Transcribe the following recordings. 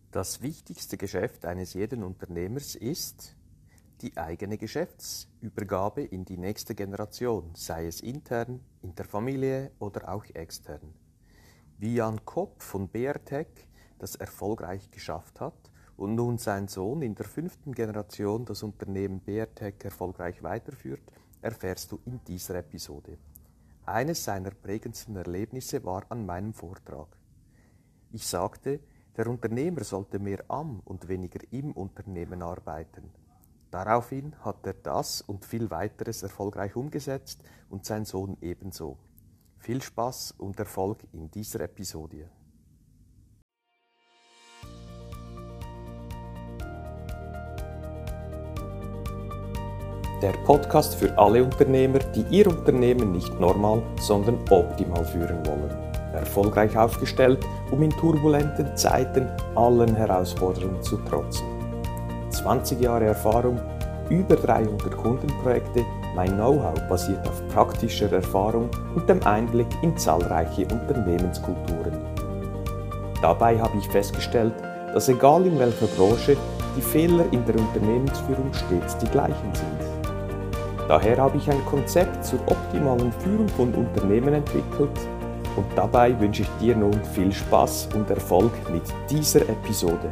Das wichtigste Geschäft eines jeden Unternehmers ist die eigene Geschäftsübergabe in die nächste Generation, sei es intern, in der Familie oder auch extern. Wie Jan Kopp von BRTech das erfolgreich geschafft hat und nun sein Sohn in der 5. Generation das Unternehmen BRTech erfolgreich weiterführt, erfährst du in dieser Episode. Eines seiner prägendsten Erlebnisse war an meinem Vortrag. Ich sagte, der Unternehmer sollte mehr am und weniger im Unternehmen arbeiten. Daraufhin hat er das und viel weiteres erfolgreich umgesetzt und sein Sohn ebenso. Viel Spaß und Erfolg in dieser Episode. Der Podcast für alle Unternehmer, die ihr Unternehmen nicht normal, sondern optimal führen wollen. Erfolgreich aufgestellt, um in turbulenten Zeiten allen Herausforderungen zu trotzen. 20 Jahre Erfahrung, über 300 Kundenprojekte, mein Know-how basiert auf praktischer Erfahrung und dem Einblick in zahlreiche Unternehmenskulturen. Dabei habe ich festgestellt, dass egal in welcher Branche, die Fehler in der Unternehmensführung stets die gleichen sind. Daher habe ich ein Konzept zur optimalen Führung von Unternehmen entwickelt und dabei wünsche ich dir nun viel Spaß und Erfolg mit dieser Episode.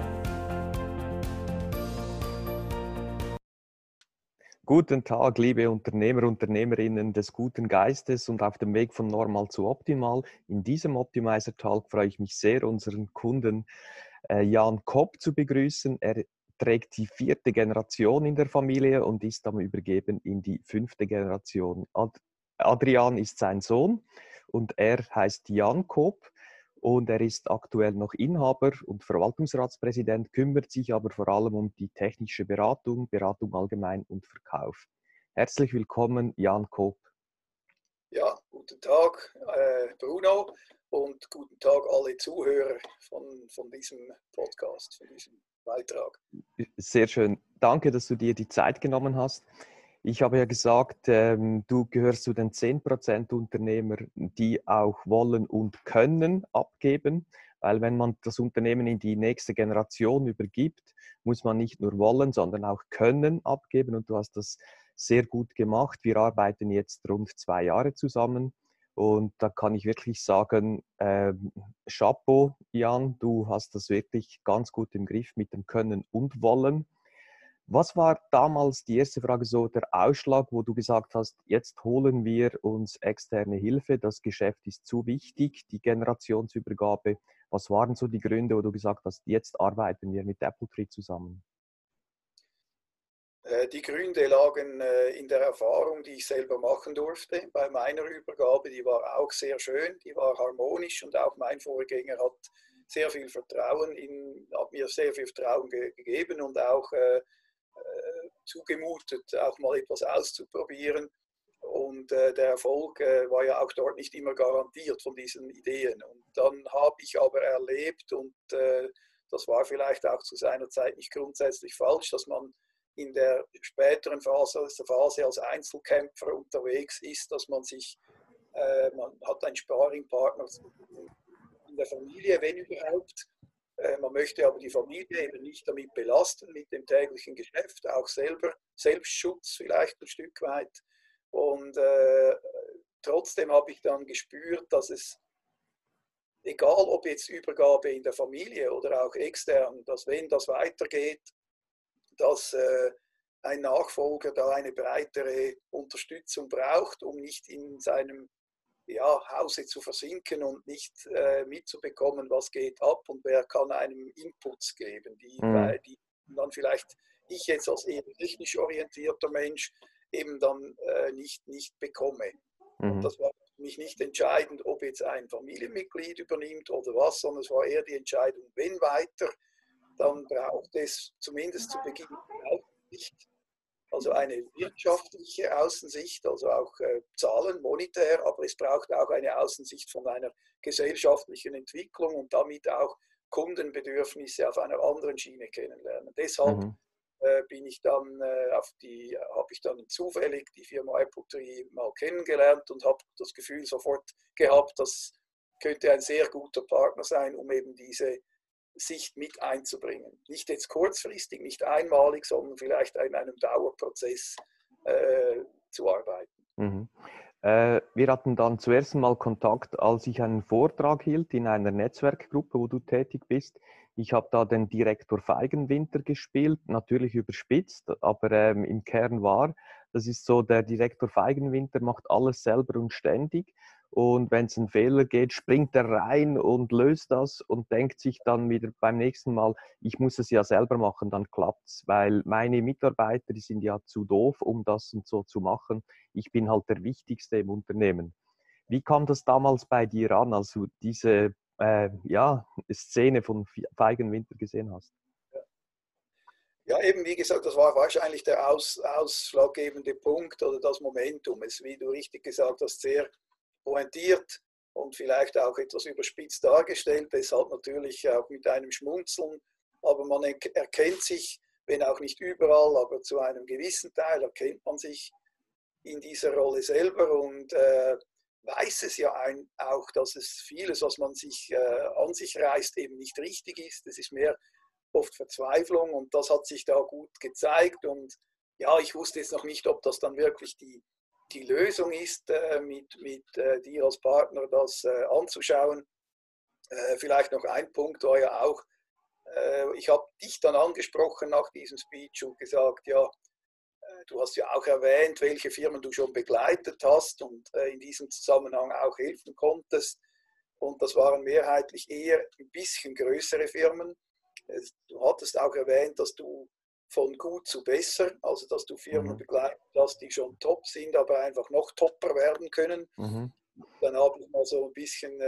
Guten Tag, liebe Unternehmer, Unternehmerinnen des guten Geistes und auf dem Weg von normal zu optimal. In diesem Optimizer Talk freue ich mich sehr, unseren Kunden Jan Kopp zu begrüßen. Er trägt die 4. Generation in der Familie und ist am Übergeben in die 5. Generation. Adrian ist sein Sohn und er heißt Jan Kopp. Und er ist aktuell noch Inhaber und Verwaltungsratspräsident, kümmert sich aber vor allem um die technische Beratung allgemein und Verkauf. Herzlich willkommen, Jan Kopp. Ja, guten Tag, Bruno, und guten Tag alle Zuhörer von diesem Podcast, von diesem Beitrag. Sehr schön. Danke, dass du dir die Zeit genommen hast. Ich habe ja gesagt, du gehörst zu den 10% Unternehmer, die auch wollen und können abgeben, weil wenn man das Unternehmen in die nächste Generation übergibt, muss man nicht nur wollen, sondern auch können abgeben und du hast das sehr gut gemacht. Wir arbeiten jetzt rund 2 Jahre zusammen und da kann ich wirklich sagen, Chapeau, Jan, du hast das wirklich ganz gut im Griff mit dem Können und Wollen. Was war damals die erste Frage so der Ausschlag, wo du gesagt hast, jetzt holen wir uns externe Hilfe, das Geschäft ist zu wichtig, die Generationsübergabe. Was waren so die Gründe, wo du gesagt hast, jetzt arbeiten wir mit Appletree zusammen? Die Gründe lagen in der Erfahrung, die ich selber machen durfte bei meiner Übergabe. Die war auch sehr schön, die war harmonisch und auch mein Vorgänger hat sehr viel Vertrauen hat mir sehr viel Vertrauen gegeben und auch zugemutet, auch mal etwas auszuprobieren. Und der Erfolg war ja auch dort nicht immer garantiert von diesen Ideen. Und dann habe ich aber erlebt, und das war vielleicht auch zu seiner Zeit nicht grundsätzlich falsch, dass man in der späteren Phase als Einzelkämpfer unterwegs ist, dass man hat einen Sparringpartner in der Familie, wenn überhaupt. Man möchte aber die Familie eben nicht damit belasten, mit dem täglichen Geschäft, auch Selbstschutz vielleicht ein Stück weit. Und trotzdem habe ich dann gespürt, dass es, egal ob jetzt Übergabe in der Familie oder auch extern, dass wenn das weitergeht, dass ein Nachfolger da eine breitere Unterstützung braucht, um nicht in seinem Hause zu versinken und nicht mitzubekommen, was geht ab und wer kann einem Inputs geben, die dann vielleicht ich jetzt als eher technisch orientierter Mensch eben dann nicht bekomme. Und das war für mich nicht entscheidend, ob jetzt ein Familienmitglied übernimmt oder was, sondern es war eher die Entscheidung, wenn weiter, dann braucht es zumindest zu Beginn eine Außensicht, also eine wirtschaftliche Außensicht, also auch Zahlen, monetär, aber es braucht auch eine Außensicht von einer gesellschaftlichen Entwicklung und damit auch Kundenbedürfnisse auf einer anderen Schiene kennenlernen. Deshalb bin ich dann habe ich dann zufällig die Firma Appletree mal kennengelernt und habe das Gefühl sofort gehabt, das könnte ein sehr guter Partner sein, um eben diese Sicht mit einzubringen. Nicht jetzt kurzfristig, nicht einmalig, sondern vielleicht in einem Dauerprozess zu arbeiten. Mhm. Wir hatten dann zuerst mal Kontakt, als ich einen Vortrag hielt in einer Netzwerkgruppe, wo du tätig bist. Ich habe da den Direktor Feigenwinter gespielt, natürlich überspitzt, aber im Kern das ist so, der Direktor Feigenwinter macht alles selber und ständig. Und wenn es einen Fehler geht, springt er rein und löst das und denkt sich dann wieder beim nächsten Mal, ich muss es ja selber machen, dann klappt's, weil meine Mitarbeiter, die sind ja zu doof, um das und so zu machen. Ich bin halt der Wichtigste im Unternehmen. Wie kam das damals bei dir an, als du diese Szene von Feigenwinter gesehen hast? Ja, eben wie gesagt, das war wahrscheinlich der ausschlaggebende Punkt oder das Momentum. Es, wie du richtig gesagt hast, sehr pointiert und vielleicht auch etwas überspitzt dargestellt, deshalb natürlich auch mit einem Schmunzeln. Aber man erkennt sich, wenn auch nicht überall, aber zu einem gewissen Teil erkennt man sich in dieser Rolle selber und weiß es ja auch, dass es vieles, was man sich an sich reißt, eben nicht richtig ist. Es ist mehr oft Verzweiflung und das hat sich da gut gezeigt. Und ja, ich wusste jetzt noch nicht, ob das dann wirklich die Lösung ist, mit dir als Partner das anzuschauen. Vielleicht noch ein Punkt war ja auch, ich habe dich dann angesprochen nach diesem Speech und gesagt, ja, du hast ja auch erwähnt, welche Firmen du schon begleitet hast und in diesem Zusammenhang auch helfen konntest. Und das waren mehrheitlich eher ein bisschen größere Firmen. Du hattest auch erwähnt, dass du von gut zu besser, also dass du Firmen begleitet hast, die schon top sind, aber einfach noch topper werden können. Mhm. Dann habe ich mal so ein bisschen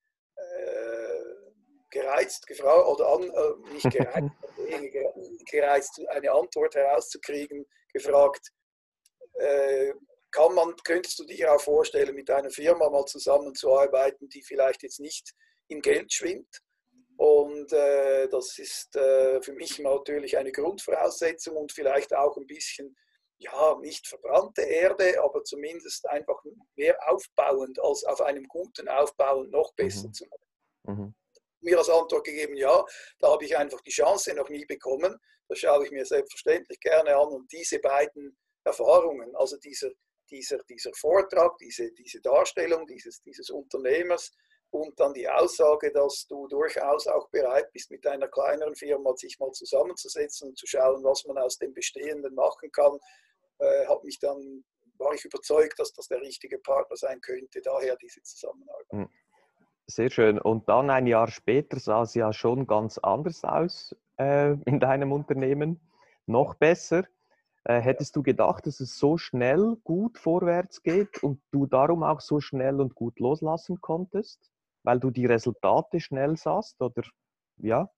gereizt gefragt, oder nicht gereizt, gereizt, eine Antwort herauszukriegen, gefragt, könntest du dir auch vorstellen, mit einer Firma mal zusammenzuarbeiten, die vielleicht jetzt nicht im Geld schwimmt? Und das ist für mich natürlich eine Grundvoraussetzung und vielleicht auch ein bisschen, ja, nicht verbrannte Erde, aber zumindest einfach mehr aufbauend als auf einem guten aufbauend noch besser zu machen. Mhm. Mir als Antwort gegeben, ja, da habe ich einfach die Chance noch nie bekommen. Das schaue ich mir selbstverständlich gerne an. Und diese beiden Erfahrungen, also dieser Vortrag, diese Darstellung dieses Unternehmers und dann die Aussage, dass du durchaus auch bereit bist, mit einer kleineren Firma sich mal zusammenzusetzen und zu schauen, was man aus dem Bestehenden machen kann, war ich überzeugt, dass das der richtige Partner sein könnte. Daher diese Zusammenarbeit. Sehr schön. Und dann ein Jahr später sah es ja schon ganz anders aus in deinem Unternehmen. Noch besser. Hättest du gedacht, dass es so schnell gut vorwärts geht und du darum auch so schnell und gut loslassen konntest, weil du die Resultate schnell sahst? Oder ja?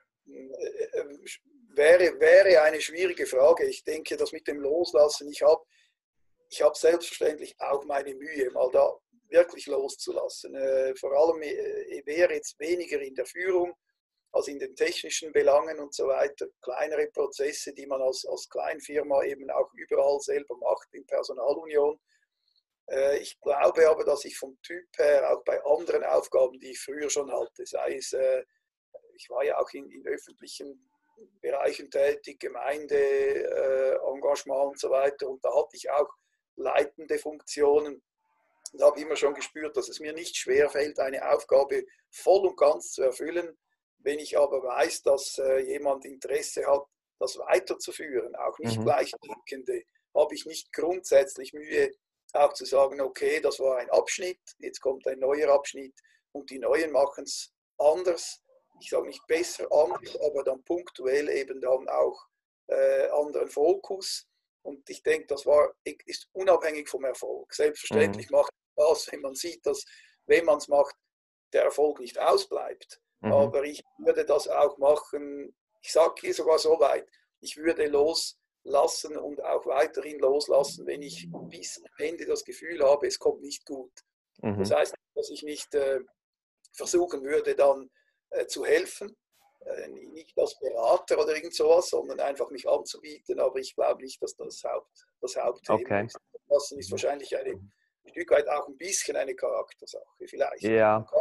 Wäre eine schwierige Frage. Ich denke, das mit dem Loslassen, ich habe selbstverständlich auch meine Mühe, mal da wirklich loszulassen. Vor allem wäre jetzt weniger in der Führung als in den technischen Belangen und so weiter. Kleinere Prozesse, die man als Kleinfirma eben auch überall selber macht in Personalunion. Ich glaube aber, dass ich vom Typ her auch bei anderen Aufgaben, die ich früher schon hatte, sei es, ich war ja auch in öffentlichen Bereichen tätig, Gemeindeengagement und so weiter. Und da hatte ich auch leitende Funktionen und habe immer schon gespürt, dass es mir nicht schwer fällt, eine Aufgabe voll und ganz zu erfüllen. Wenn ich aber weiß, dass jemand Interesse hat, das weiterzuführen, auch nicht Gleichdenkende, habe ich nicht grundsätzlich Mühe, auch zu sagen, okay, das war ein Abschnitt, jetzt kommt ein neuer Abschnitt und die Neuen machen es anders. Ich sage nicht besser anders, aber dann punktuell eben dann auch anderen Fokus. Und ich denke, ist unabhängig vom Erfolg. Selbstverständlich macht es Spaß, wenn man sieht, dass, wenn man es macht, der Erfolg nicht ausbleibt. Aber ich würde das auch machen, ich sage hier sogar so weit, ich würde loslassen und auch weiterhin loslassen, wenn ich bis am Ende das Gefühl habe, es kommt nicht gut. Das heißt, dass ich nicht versuchen würde, dann zu helfen, nicht als Berater oder irgend sowas, sondern einfach mich anzubieten, aber ich glaube nicht, dass das Hauptthema ist. Das ist wahrscheinlich ein Stück weit auch ein bisschen eine Charaktersache, vielleicht. Ja,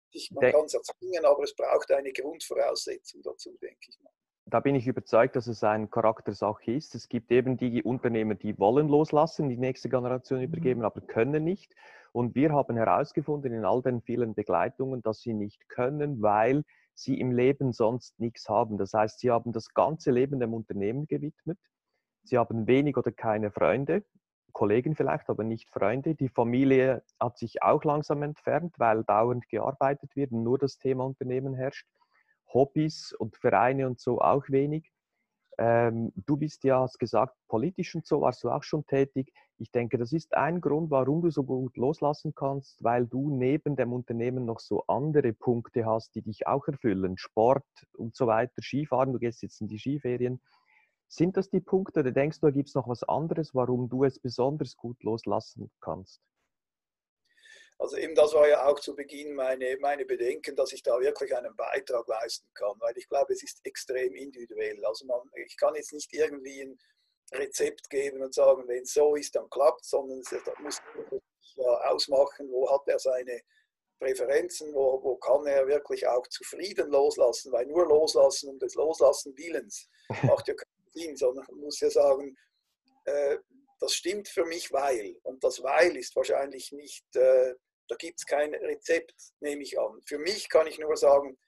Man kann es erzwingen, aber es braucht eine Grundvoraussetzung dazu, denke ich mal. Da bin ich überzeugt, dass es eine Charaktersache ist. Es gibt eben die Unternehmer, die wollen loslassen, die nächste Generation übergeben, aber können nicht. Und wir haben herausgefunden in all den vielen Begleitungen, dass sie nicht können, weil sie im Leben sonst nichts haben. Das heißt, sie haben das ganze Leben dem Unternehmen gewidmet. Sie haben wenig oder keine Freunde, Kollegen vielleicht, aber nicht Freunde. Die Familie hat sich auch langsam entfernt, weil dauernd gearbeitet wird und nur das Thema Unternehmen herrscht. Hobbys und Vereine und so auch wenig. Du bist ja, hast gesagt, politisch und so warst du auch schon tätig. Ich denke, das ist ein Grund, warum du so gut loslassen kannst, weil du neben dem Unternehmen noch so andere Punkte hast, die dich auch erfüllen. Sport und so weiter, Skifahren, du gehst jetzt in die Skiferien. Sind das die Punkte oder denkst du, da gibt es noch was anderes, warum du es besonders gut loslassen kannst? Also eben das war ja auch zu Beginn meine Bedenken, dass ich da wirklich einen Beitrag leisten kann, weil ich glaube, es ist extrem individuell. Also ich kann jetzt nicht irgendwie ein Rezept geben und sagen, wenn es so ist, dann klappt es, sondern es muss ja ausmachen, wo hat er seine Präferenzen, wo kann er wirklich auch zufrieden loslassen, weil nur loslassen um des Loslassen Willens macht ja keinen Sinn, sondern man muss ja sagen, das stimmt für mich, weil. Und das Weil ist wahrscheinlich nicht, da gibt es kein Rezept, nehme ich an. Für mich kann ich nur sagen,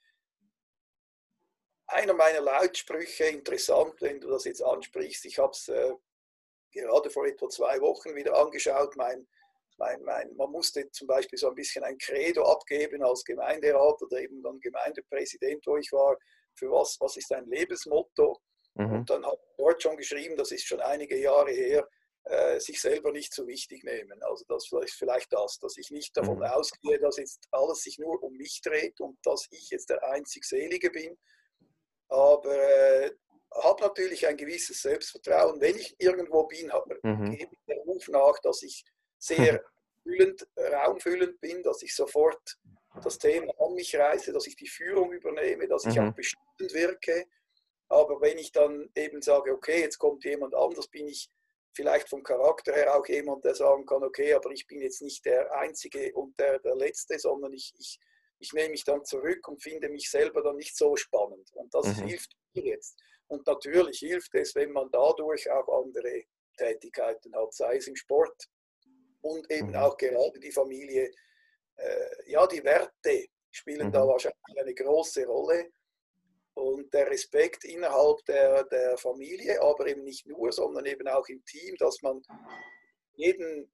einer meiner Leitsprüche, interessant, wenn du das jetzt ansprichst, ich habe es gerade vor etwa 2 Wochen wieder angeschaut, man musste zum Beispiel so ein bisschen ein Credo abgeben als Gemeinderat oder eben dann Gemeindepräsident, wo ich war, für was ist dein Lebensmotto? Und dann habe ich dort schon geschrieben, das ist schon einige Jahre her, sich selber nicht so wichtig nehmen. Also das ist vielleicht das, dass ich nicht davon ausgehe, dass jetzt alles sich nur um mich dreht und dass ich jetzt der einzig Selige bin. Aber habe natürlich ein gewisses Selbstvertrauen. Wenn ich irgendwo bin, gebe ich den Ruf nach, dass ich sehr raumfüllend bin, dass ich sofort das Thema an mich reiße, dass ich die Führung übernehme, dass ich auch bestimmend wirke. Aber wenn ich dann eben sage, okay, jetzt kommt jemand anders, bin ich vielleicht vom Charakter her auch jemand, der sagen kann, okay, aber ich bin jetzt nicht der Einzige und der Letzte, sondern ich nehme mich dann zurück und finde mich selber dann nicht so spannend. Und das hilft mir jetzt. Und natürlich hilft es, wenn man dadurch auch andere Tätigkeiten hat, sei es im Sport und eben auch gerade die Familie. Ja, die Werte spielen da wahrscheinlich eine große Rolle. Und der Respekt innerhalb der Familie, aber eben nicht nur, sondern eben auch im Team, dass man jeden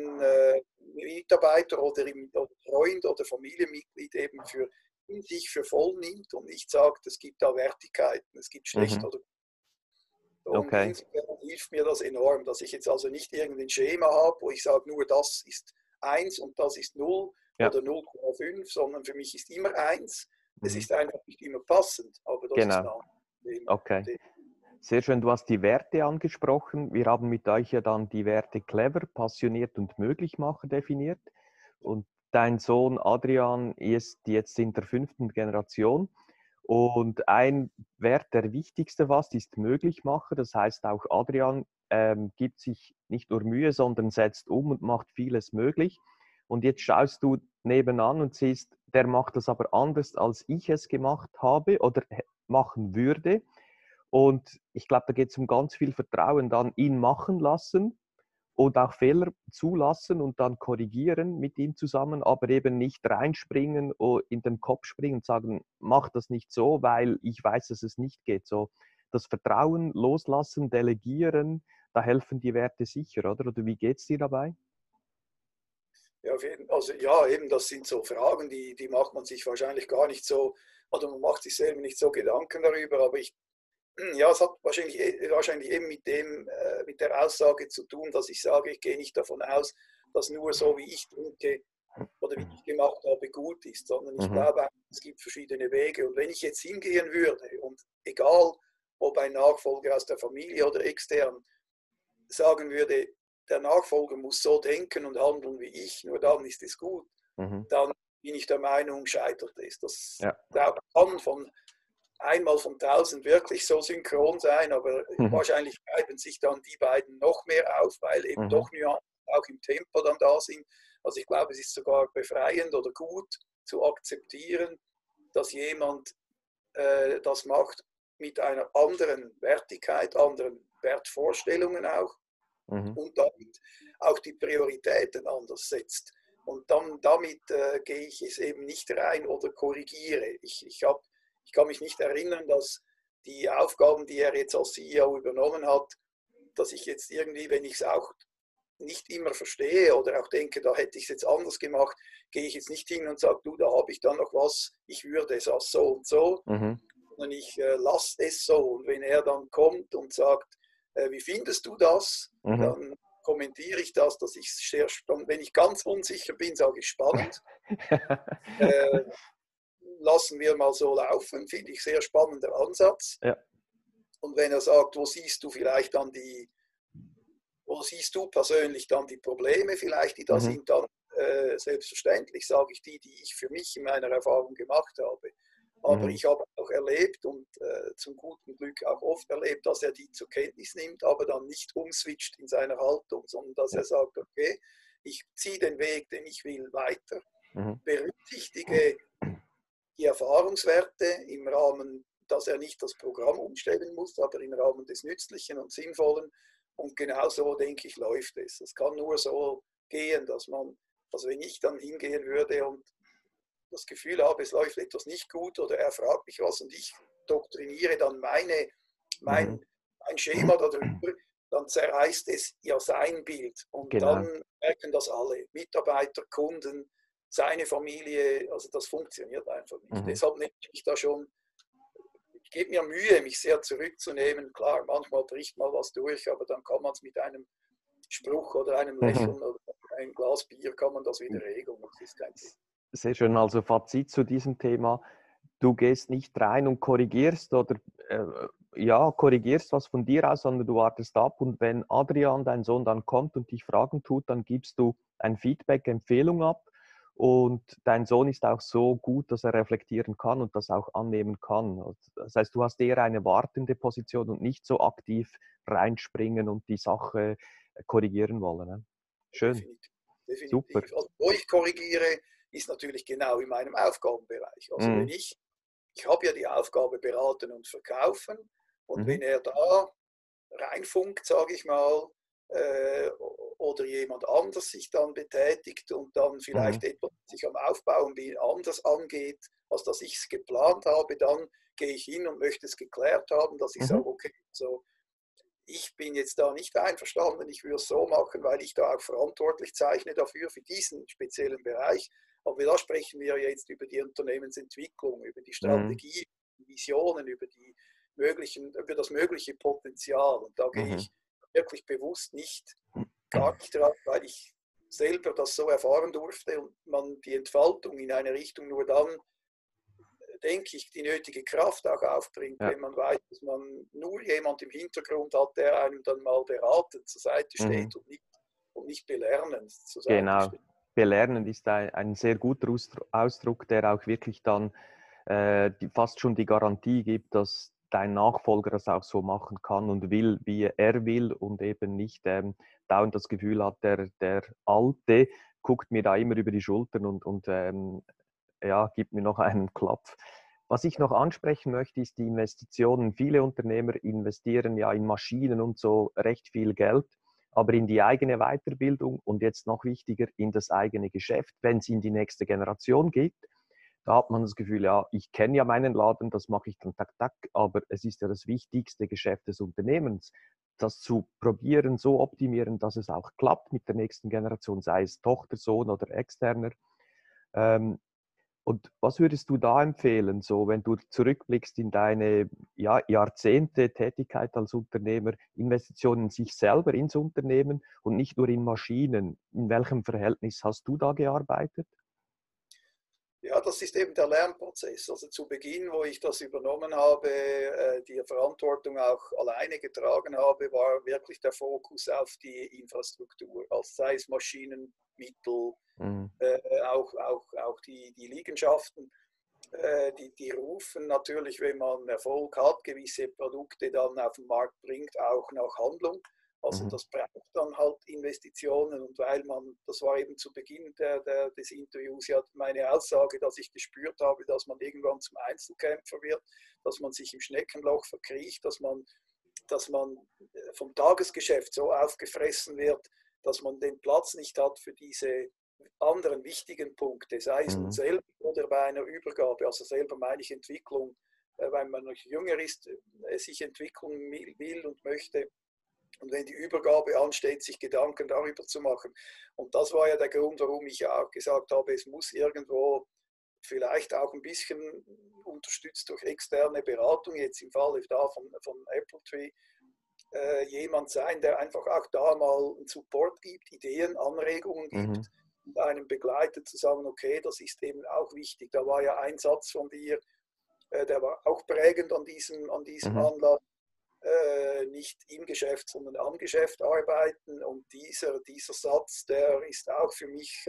Mitarbeiter oder Freund oder Familienmitglied eben in sich für voll nimmt und nicht sagt, es gibt da Wertigkeiten, es gibt schlecht oder gut. Und insofern hilft mir das enorm, dass ich jetzt also nicht irgendein Schema habe, wo ich sage, nur das ist 1 und das ist 0 oder 0,5, sondern für mich ist immer 1. Es ist einfach nicht immer passend, aber das ist ein Thema. Okay. Sehr schön, du hast die Werte angesprochen. Wir haben mit euch ja dann die Werte clever, passioniert und Möglichmacher definiert. Und dein Sohn Adrian ist jetzt in der 5. Generation. Und ein Wert, der wichtigste fast, ist Möglichmacher. Das heißt, auch Adrian gibt sich nicht nur Mühe, sondern setzt um und macht vieles möglich. Und jetzt schaust du nebenan und siehst, der macht das aber anders, als ich es gemacht habe oder machen würde. Und ich glaube, da geht es um ganz viel Vertrauen, dann ihn machen lassen und auch Fehler zulassen und dann korrigieren mit ihm zusammen, aber eben nicht reinspringen oder in den Kopf springen und sagen, mach das nicht so, weil ich weiß, dass es nicht geht. So das Vertrauen loslassen, delegieren, da helfen die Werte sicher, oder? Oder wie geht es dir dabei? Ja, also ja, eben, das sind so Fragen, die macht man sich wahrscheinlich gar nicht so, oder man macht sich selber nicht so Gedanken darüber, aber ja, es hat wahrscheinlich eben mit der Aussage zu tun, dass ich sage, ich gehe nicht davon aus, dass nur so, wie ich denke oder wie ich gemacht habe, gut ist, sondern ich glaube, es gibt verschiedene Wege. Und wenn ich jetzt hingehen würde und egal, ob ein Nachfolger aus der Familie oder extern, sagen würde, der Nachfolger muss so denken und handeln wie ich, nur dann ist es gut, dann bin ich der Meinung, scheitert es. Das kann von einmal von 1000 wirklich so synchron sein, aber wahrscheinlich reiben sich dann die beiden noch mehr auf, weil eben doch Nuancen auch im Tempo dann da sind. Also ich glaube, es ist sogar befreiend oder gut, zu akzeptieren, dass jemand das macht mit einer anderen Wertigkeit, anderen Wertvorstellungen auch und damit auch die Prioritäten anders setzt. Und dann damit gehe ich es eben nicht rein oder korrigiere. Ich kann mich nicht erinnern, dass die Aufgaben, die er jetzt als CEO übernommen hat, dass ich jetzt irgendwie, wenn ich es auch nicht immer verstehe oder auch denke, da hätte ich es jetzt anders gemacht, gehe ich jetzt nicht hin und sage, du, da habe ich dann noch was, ich würde es auch so und so, sondern ich lasse es so. Und wenn er dann kommt und sagt, wie findest du das, dann kommentiere ich das, dass ich sehr spannend, wenn ich ganz unsicher bin, sage ich spannend. Lassen wir mal so laufen, finde ich sehr spannender Ansatz. Ja. Und wenn er sagt, wo siehst du persönlich dann die Probleme vielleicht, die da sind, dann selbstverständlich sage ich die ich für mich in meiner Erfahrung gemacht habe. Aber ich habe auch erlebt und zum guten Glück auch oft erlebt, dass er die zur Kenntnis nimmt, aber dann nicht umswitcht in seiner Haltung, sondern dass er sagt, okay, ich ziehe den Weg, den ich will, weiter, berücksichtige die Erfahrungswerte im Rahmen, dass er nicht das Programm umstellen muss, aber im Rahmen des Nützlichen und Sinnvollen. Und genau so, denke ich, läuft es. Es kann nur so gehen, dass man, also wenn ich dann hingehen würde und das Gefühl habe, es läuft etwas nicht gut oder er fragt mich was und ich doktriniere dann mein Schema darüber, dann zerreißt es ja sein Bild. Und dann merken das alle, Mitarbeiter, Kunden, seine Familie, also das funktioniert einfach nicht. Deshalb nehme ich da schon, ich gebe mir Mühe, mich sehr zurückzunehmen. Klar, manchmal bricht mal was durch, aber dann kann man es mit einem Spruch oder einem Lächeln oder ein Glas Bier kann man das wieder regeln. Das ist kein Thema. Sehr schön. Also Fazit zu diesem Thema. Du gehst nicht rein und korrigierst oder korrigierst was von dir aus, sondern du wartest ab. Und wenn Adrian, dein Sohn, dann kommt und dich Fragen tut, dann gibst du ein Feedback, Empfehlung ab. Und dein Sohn ist auch so gut, dass er reflektieren kann und das auch annehmen kann. Das heißt, du hast eher eine wartende Position und nicht so aktiv reinspringen und die Sache korrigieren wollen. Ne? Schön. Definitiv. Super. Also, wo ich korrigiere, ist natürlich genau in meinem Aufgabenbereich. Also wenn ich habe ja die Aufgabe beraten und verkaufen und wenn er da reinfunkt, sage ich mal, oder jemand anders sich dann betätigt und dann vielleicht etwas sich am Aufbauen anders angeht, als dass ich es geplant habe, dann gehe ich hin und möchte es geklärt haben, dass ich sage, okay, so ich bin jetzt da nicht einverstanden, ich würde es so machen, weil ich da auch verantwortlich zeichne dafür, für diesen speziellen Bereich. Aber da sprechen wir jetzt über die Unternehmensentwicklung, über die Strategie, Visionen, über das mögliche Potenzial. Und da gehe ich wirklich bewusst gar nicht drauf, weil ich selber das so erfahren durfte und man die Entfaltung in eine Richtung nur dann, denke ich, die nötige Kraft auch aufbringt, wenn man weiß, dass man nur jemand im Hintergrund hat, der einem dann mal beratend zur Seite steht und nicht belernend zur Seite steht. Belernen ist ein sehr guter Ausdruck, der auch wirklich dann fast schon die Garantie gibt, dass dein Nachfolger das auch so machen kann und will, wie er will und eben nicht dauernd das Gefühl hat, der Alte guckt mir da immer über die Schultern und gibt mir noch einen Klapp. Was ich noch ansprechen möchte, ist die Investitionen. Viele Unternehmer investieren ja in Maschinen und so recht viel Geld, aber in die eigene Weiterbildung und jetzt noch wichtiger in das eigene Geschäft, wenn es in die nächste Generation geht. Da hat man das Gefühl, ja, ich kenne ja meinen Laden, das mache ich dann tak, aber es ist ja das wichtigste Geschäft des Unternehmens, das zu probieren, so optimieren, dass es auch klappt mit der nächsten Generation, sei es Tochter, Sohn oder Externer. Und was würdest du da empfehlen, so wenn du zurückblickst in deine Jahrzehnte Tätigkeit als Unternehmer, Investitionen in sich selber, ins Unternehmen und nicht nur in Maschinen? In welchem Verhältnis hast du da gearbeitet? Ja, das ist eben der Lernprozess. Also zu Beginn, wo ich das übernommen habe, die Verantwortung auch alleine getragen habe, war wirklich der Fokus auf die Infrastruktur, also sei es Maschinen, Mittel, auch die Liegenschaften. Die rufen natürlich, wenn man Erfolg hat, gewisse Produkte dann auf den Markt bringt, auch nach Handlung. Also das braucht dann halt Investitionen und das war eben zu Beginn des Interviews ja meine Aussage, dass ich gespürt habe, dass man irgendwann zum Einzelkämpfer wird, dass man sich im Schneckenloch verkriecht, dass man vom Tagesgeschäft so aufgefressen wird, dass man den Platz nicht hat für diese anderen wichtigen Punkte, sei es nun selber oder bei einer Übergabe. Also selber meine ich Entwicklung, weil man noch jünger ist, sich entwickeln will und möchte. Und wenn die Übergabe ansteht, sich Gedanken darüber zu machen. Und das war ja der Grund, warum ich ja auch gesagt habe, es muss irgendwo vielleicht auch ein bisschen unterstützt durch externe Beratung, jetzt im Falle da von Appletree, jemand sein, der einfach auch da mal einen Support gibt, Ideen, Anregungen gibt und einem begleitet, zu sagen, okay, das ist eben auch wichtig. Da war ja ein Satz von dir, der war auch prägend an diesem Anlass. Nicht im Geschäft, sondern am Geschäft arbeiten. Und dieser Satz, der ist auch für mich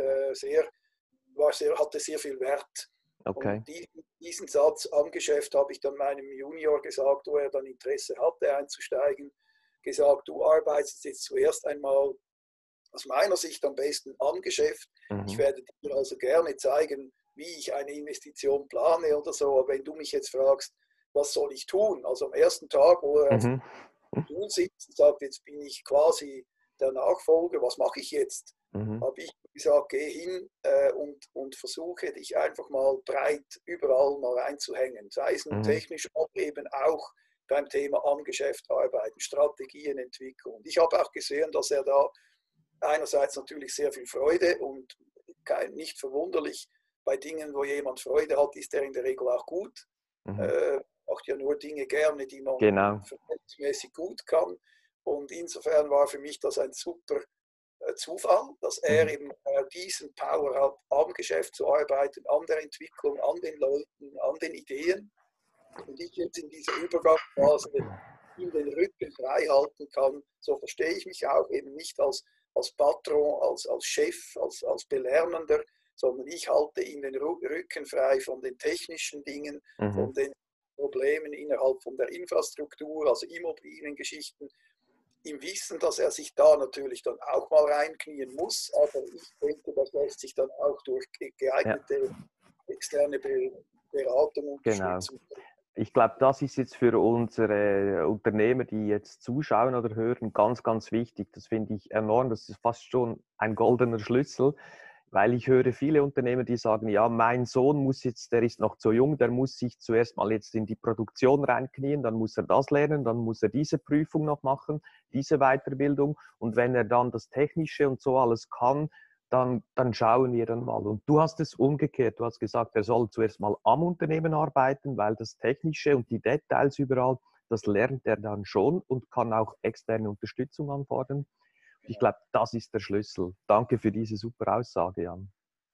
hatte sehr viel Wert. Okay. Und diesen Satz am Geschäft habe ich dann meinem Junior gesagt, wo er dann Interesse hatte einzusteigen, gesagt, du arbeitest jetzt zuerst einmal aus meiner Sicht am besten am Geschäft. Ich werde dir also gerne zeigen, wie ich eine Investition plane oder so. Aber wenn du mich jetzt fragst, was soll ich tun? Also am ersten Tag, wo er auf dem Stuhl sitzt und sagt, jetzt bin ich quasi der Nachfolger, was mache ich jetzt? Habe ich gesagt, geh hin und versuche dich einfach mal breit überall mal reinzuhängen. Sei es nun technisch, aber eben auch beim Thema am Geschäft arbeiten, Strategien entwickeln. Und ich habe auch gesehen, dass er da einerseits natürlich sehr viel Freude und nicht verwunderlich, bei Dingen, wo jemand Freude hat, ist er in der Regel auch gut. Macht ja nur Dinge gerne, die man verhältnismäßig gut kann. Und insofern war für mich das ein super Zufall, dass er eben diesen Power hat, am Geschäft zu arbeiten, an der Entwicklung, an den Leuten, an den Ideen. Und ich jetzt in dieser Übergangsphase ihm den Rücken frei halten kann, so verstehe ich mich auch, eben nicht als Patron, als Chef, als Belernender, sondern ich halte ihm den Rücken frei von den technischen Dingen, von den Problemen innerhalb von der Infrastruktur, also Immobiliengeschichten, im Wissen, dass er sich da natürlich dann auch mal reinknien muss, aber ich denke, das lässt sich dann auch durch geeignete externe Beratung unterstützen. Genau. Ich glaube, das ist jetzt für unsere Unternehmer, die jetzt zuschauen oder hören, ganz, ganz wichtig. Das finde ich enorm. Das ist fast schon ein goldener Schlüssel, weil ich höre viele Unternehmer, die sagen, ja, mein Sohn der ist noch zu jung, der muss sich zuerst mal jetzt in die Produktion reinknien, dann muss er das lernen, dann muss er diese Prüfung noch machen, diese Weiterbildung. Und wenn er dann das Technische und so alles kann, dann schauen wir dann mal. Und du hast es umgekehrt. Du hast gesagt, er soll zuerst mal am Unternehmen arbeiten, weil das Technische und die Details überall, das lernt er dann schon und kann auch externe Unterstützung anfordern. Ich glaube, das ist der Schlüssel. Danke für diese super Aussage, Jan.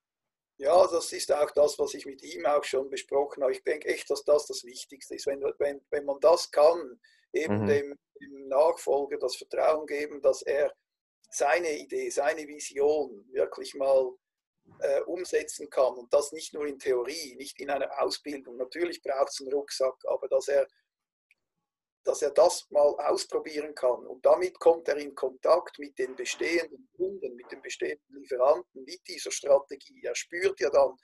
Ja, das ist auch das, was ich mit ihm auch schon besprochen habe. Ich denke echt, dass das das Wichtigste ist. Wenn man das kann, eben dem Nachfolger das Vertrauen geben, dass er seine Idee, seine Vision wirklich mal umsetzen kann. Und das nicht nur in Theorie, nicht in einer Ausbildung. Natürlich braucht es einen Rucksack, aber dass er das mal ausprobieren kann. Und damit kommt er in Kontakt mit den bestehenden Kunden, mit den bestehenden Lieferanten, mit dieser Strategie. Er spürt ja dann,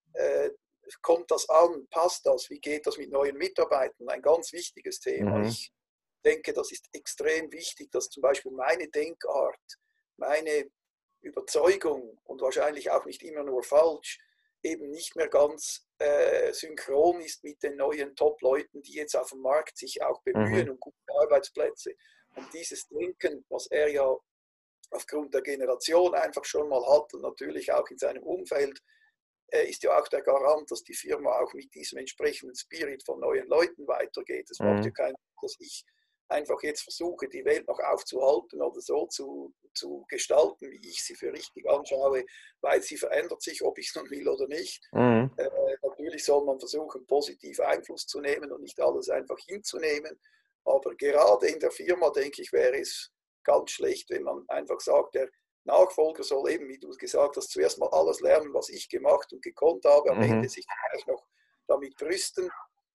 kommt das an, passt das, wie geht das mit neuen Mitarbeitern? Ein ganz wichtiges Thema. Ich denke, das ist extrem wichtig, dass zum Beispiel meine Denkart, meine Überzeugung und wahrscheinlich auch nicht immer nur falsch, eben nicht mehr ganz synchron ist mit den neuen Top-Leuten, die jetzt auf dem Markt sich auch bemühen um gute Arbeitsplätze. Und dieses Denken, was er ja aufgrund der Generation einfach schon mal hat und natürlich auch in seinem Umfeld, ist ja auch der Garant, dass die Firma auch mit diesem entsprechenden Spirit von neuen Leuten weitergeht. Es macht ja keinen Sinn, dass ich einfach jetzt versuche, die Welt noch aufzuhalten oder so zu gestalten, wie ich sie für richtig anschaue, weil sie verändert sich, ob ich es nun will oder nicht. Natürlich soll man versuchen, positiv Einfluss zu nehmen und nicht alles einfach hinzunehmen. Aber gerade in der Firma, denke ich, wäre es ganz schlecht, wenn man einfach sagt, der Nachfolger soll eben, wie du gesagt hast, zuerst mal alles lernen, was ich gemacht und gekonnt habe, am Ende sich vielleicht noch damit brüsten.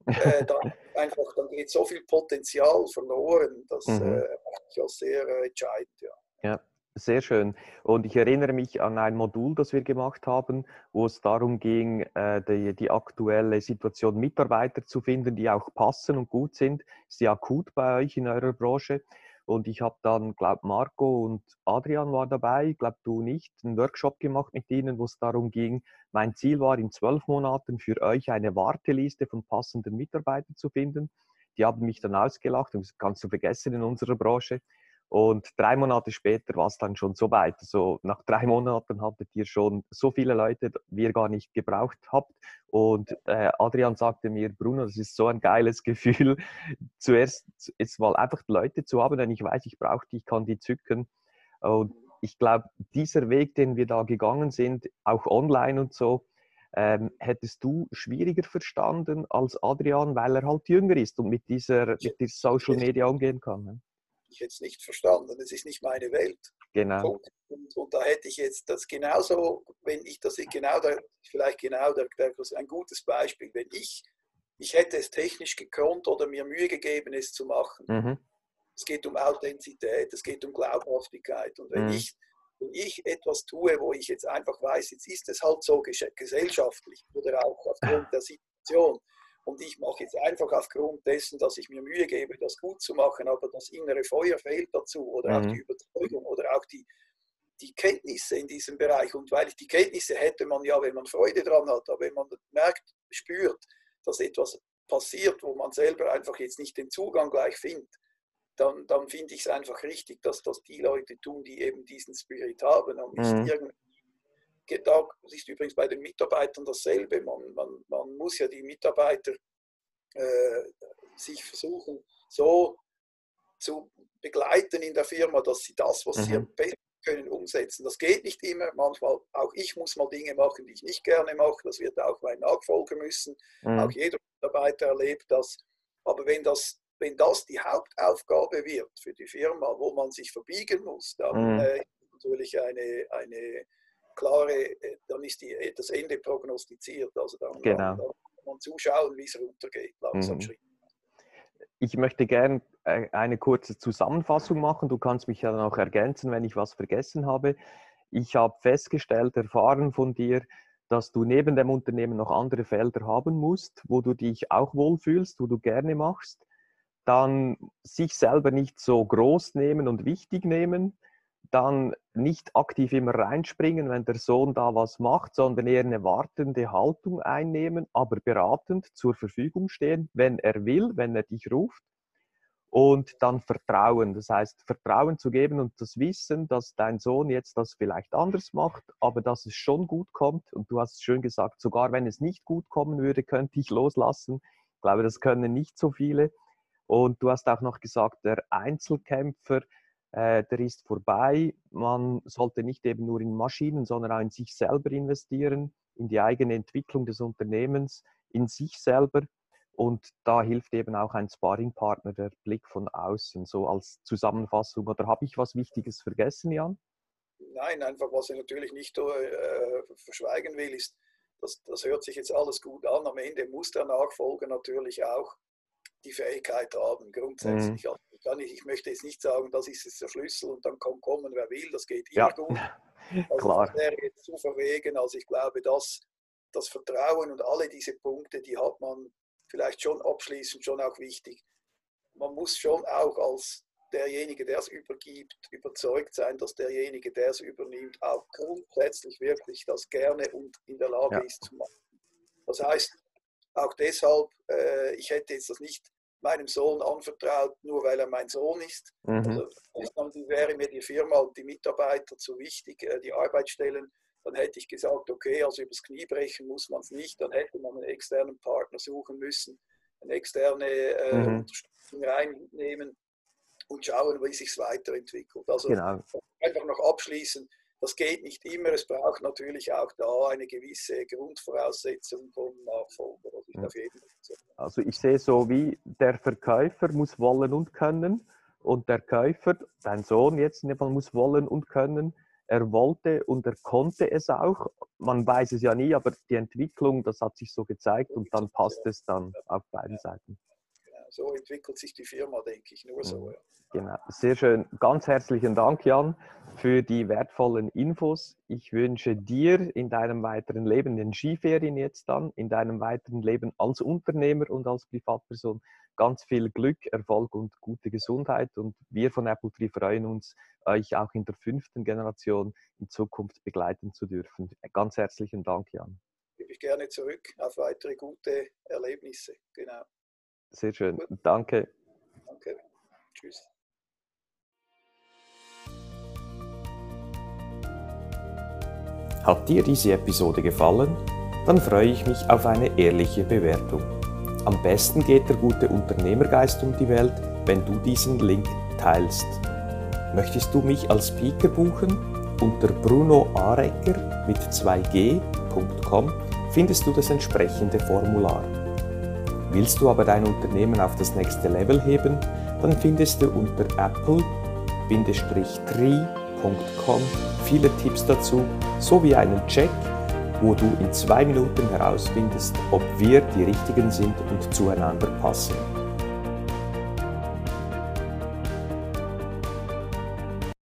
dann geht so viel Potenzial verloren. Das Mhm. macht mich auch sehr entscheidend. Ja. Ja, sehr schön. Und ich erinnere mich an ein Modul, das wir gemacht haben, wo es darum ging, die aktuelle Situation Mitarbeiter zu finden, die auch passen und gut sind. Ist ja akut bei euch in eurer Branche. Und ich habe dann, glaube Marco und Adrian war dabei, glaube du nicht, einen Workshop gemacht mit ihnen, wo es darum ging, mein Ziel war, in 12 Monaten für euch eine Warteliste von passenden Mitarbeitern zu finden. Die haben mich dann ausgelacht und das kannst du vergessen in unserer Branche. Und 3 Monate später war es dann schon so weit. Also nach 3 Monaten hattet ihr schon so viele Leute, wie ihr gar nicht gebraucht habt. Und Adrian sagte mir, Bruno, das ist so ein geiles Gefühl, zuerst jetzt mal einfach Leute zu haben, denn ich weiß, ich brauche die, ich kann die zücken. Und ich glaube, dieser Weg, den wir da gegangen sind, auch online und so, hättest du schwieriger verstanden als Adrian, weil er halt jünger ist und mit dieser Social Media umgehen kann. Ne? Ich hätte es nicht verstanden. Es ist nicht meine Welt. Genau. Punkt. Und da hätte ich jetzt das genauso, wenn ich das genau, vielleicht genau ein gutes Beispiel, wenn ich hätte es technisch gekonnt oder mir Mühe gegeben, es zu machen. Mhm. Es geht um Authentizität, es geht um Glaubhaftigkeit. Und wenn ich etwas tue, wo ich jetzt einfach weiß, jetzt ist es halt so gesellschaftlich oder auch aufgrund der Situation, und ich mache jetzt einfach aufgrund dessen, dass ich mir Mühe gebe, das gut zu machen, aber das innere Feuer fehlt dazu oder auch die Überzeugung oder auch die Kenntnisse in diesem Bereich. Und weil die Kenntnisse hätte man ja, wenn man Freude dran hat, aber wenn man merkt, spürt, dass etwas passiert, wo man selber einfach jetzt nicht den Zugang gleich findet, dann finde ich es einfach richtig, dass das die Leute tun, die eben diesen Spirit haben und nicht irgendwie. Das ist übrigens bei den Mitarbeitern dasselbe. Man muss ja die Mitarbeiter sich versuchen, so zu begleiten in der Firma, dass sie das, was sie am besten können, umsetzen. Das geht nicht immer. Manchmal, auch ich muss mal Dinge machen, die ich nicht gerne mache. Das wird auch mein Nachfolger müssen. Auch jeder Mitarbeiter erlebt das. Aber wenn das die Hauptaufgabe wird für die Firma, wo man sich verbiegen muss, dann ist natürlich eine klare, dann ist das Ende prognostiziert. Also dann kann man zuschauen, wie es runtergeht, langsam Schritt. Ich möchte gerne eine kurze Zusammenfassung machen. Du kannst mich ja dann auch ergänzen, wenn ich was vergessen habe. Ich habe festgestellt, erfahren von dir, dass du neben dem Unternehmen noch andere Felder haben musst, wo du dich auch wohlfühlst, wo du gerne machst. Dann sich selber nicht so groß nehmen und wichtig nehmen. Dann nicht aktiv immer reinspringen, wenn der Sohn da was macht, sondern eher eine wartende Haltung einnehmen, aber beratend zur Verfügung stehen, wenn er will, wenn er dich ruft. Und dann Vertrauen, das heißt Vertrauen zu geben und das Wissen, dass dein Sohn jetzt das vielleicht anders macht, aber dass es schon gut kommt. Und du hast es schön gesagt, sogar wenn es nicht gut kommen würde, könnte ich loslassen. Ich glaube, das können nicht so viele. Und du hast auch noch gesagt, der Einzelkämpfer, der ist vorbei. Man sollte nicht eben nur in Maschinen, sondern auch in sich selber investieren, in die eigene Entwicklung des Unternehmens, in sich selber. Und da hilft eben auch ein Sparringpartner, der Blick von außen, so als Zusammenfassung. Oder habe ich was Wichtiges vergessen, Jan? Nein, einfach was ich natürlich nicht verschweigen will, ist, das hört sich jetzt alles gut an. Am Ende muss der Nachfolger natürlich auch die Fähigkeit haben, grundsätzlich. Also ich möchte jetzt nicht sagen, das ist jetzt der Schlüssel und dann kann kommen, wer will, das geht immer gut. Also Klar. das wäre jetzt zu verwegen. Also ich glaube, dass das Vertrauen und alle diese Punkte, die hat man vielleicht schon abschließend schon auch wichtig. Man muss schon auch als derjenige, der es übergibt, überzeugt sein, dass derjenige, der es übernimmt, auch grundsätzlich wirklich das gerne und in der Lage ist zu machen. Das heißt, auch deshalb, ich hätte jetzt das nicht meinem Sohn anvertraut, nur weil er mein Sohn ist. Also dann wäre mir die Firma und die Mitarbeiter zu wichtig, die Arbeitsstellen. Dann hätte ich gesagt, okay, also übers Knie brechen muss man es nicht. Dann hätte man einen externen Partner suchen müssen, eine externe Unterstützung reinnehmen und schauen, wie sich es weiterentwickelt. Also einfach noch abschließen. Das geht nicht immer. Es braucht natürlich auch da eine gewisse Grundvoraussetzung vom Nachfolger. Also ich sehe so wie der Verkäufer muss wollen und können und der Käufer, dein Sohn jetzt in dem Fall, muss wollen und können. er wollte und er konnte es auch. Man weiß es ja nie, aber die Entwicklung, das hat sich so gezeigt und dann passt es dann auf beiden Seiten. So entwickelt sich die Firma, denke ich, nur so. Ja. Genau, sehr schön. Ganz herzlichen Dank, Jan, für die wertvollen Infos. Ich wünsche dir in deinem weiteren Leben, in den Skiferien jetzt dann, in deinem weiteren Leben als Unternehmer und als Privatperson ganz viel Glück, Erfolg und gute Gesundheit. Und wir von Apple Tree freuen uns, euch auch in der 5. Generation in Zukunft begleiten zu dürfen. Ganz herzlichen Dank, Jan. Gebe ich gerne zurück auf weitere gute Erlebnisse. Genau. Sehr schön. Gut. Danke. Danke. Tschüss. Hat dir diese Episode gefallen? Dann freue ich mich auf eine ehrliche Bewertung. Am besten geht der gute Unternehmergeist um die Welt, wenn du diesen Link teilst. Möchtest du mich als Speaker buchen? Unter brunoarecker mit 2g.com findest du das entsprechende Formular. Willst du aber dein Unternehmen auf das nächste Level heben? Dann findest du unter apple-tree.com viele Tipps dazu, sowie einen Check, wo du in 2 Minuten herausfindest, ob wir die Richtigen sind und zueinander passen.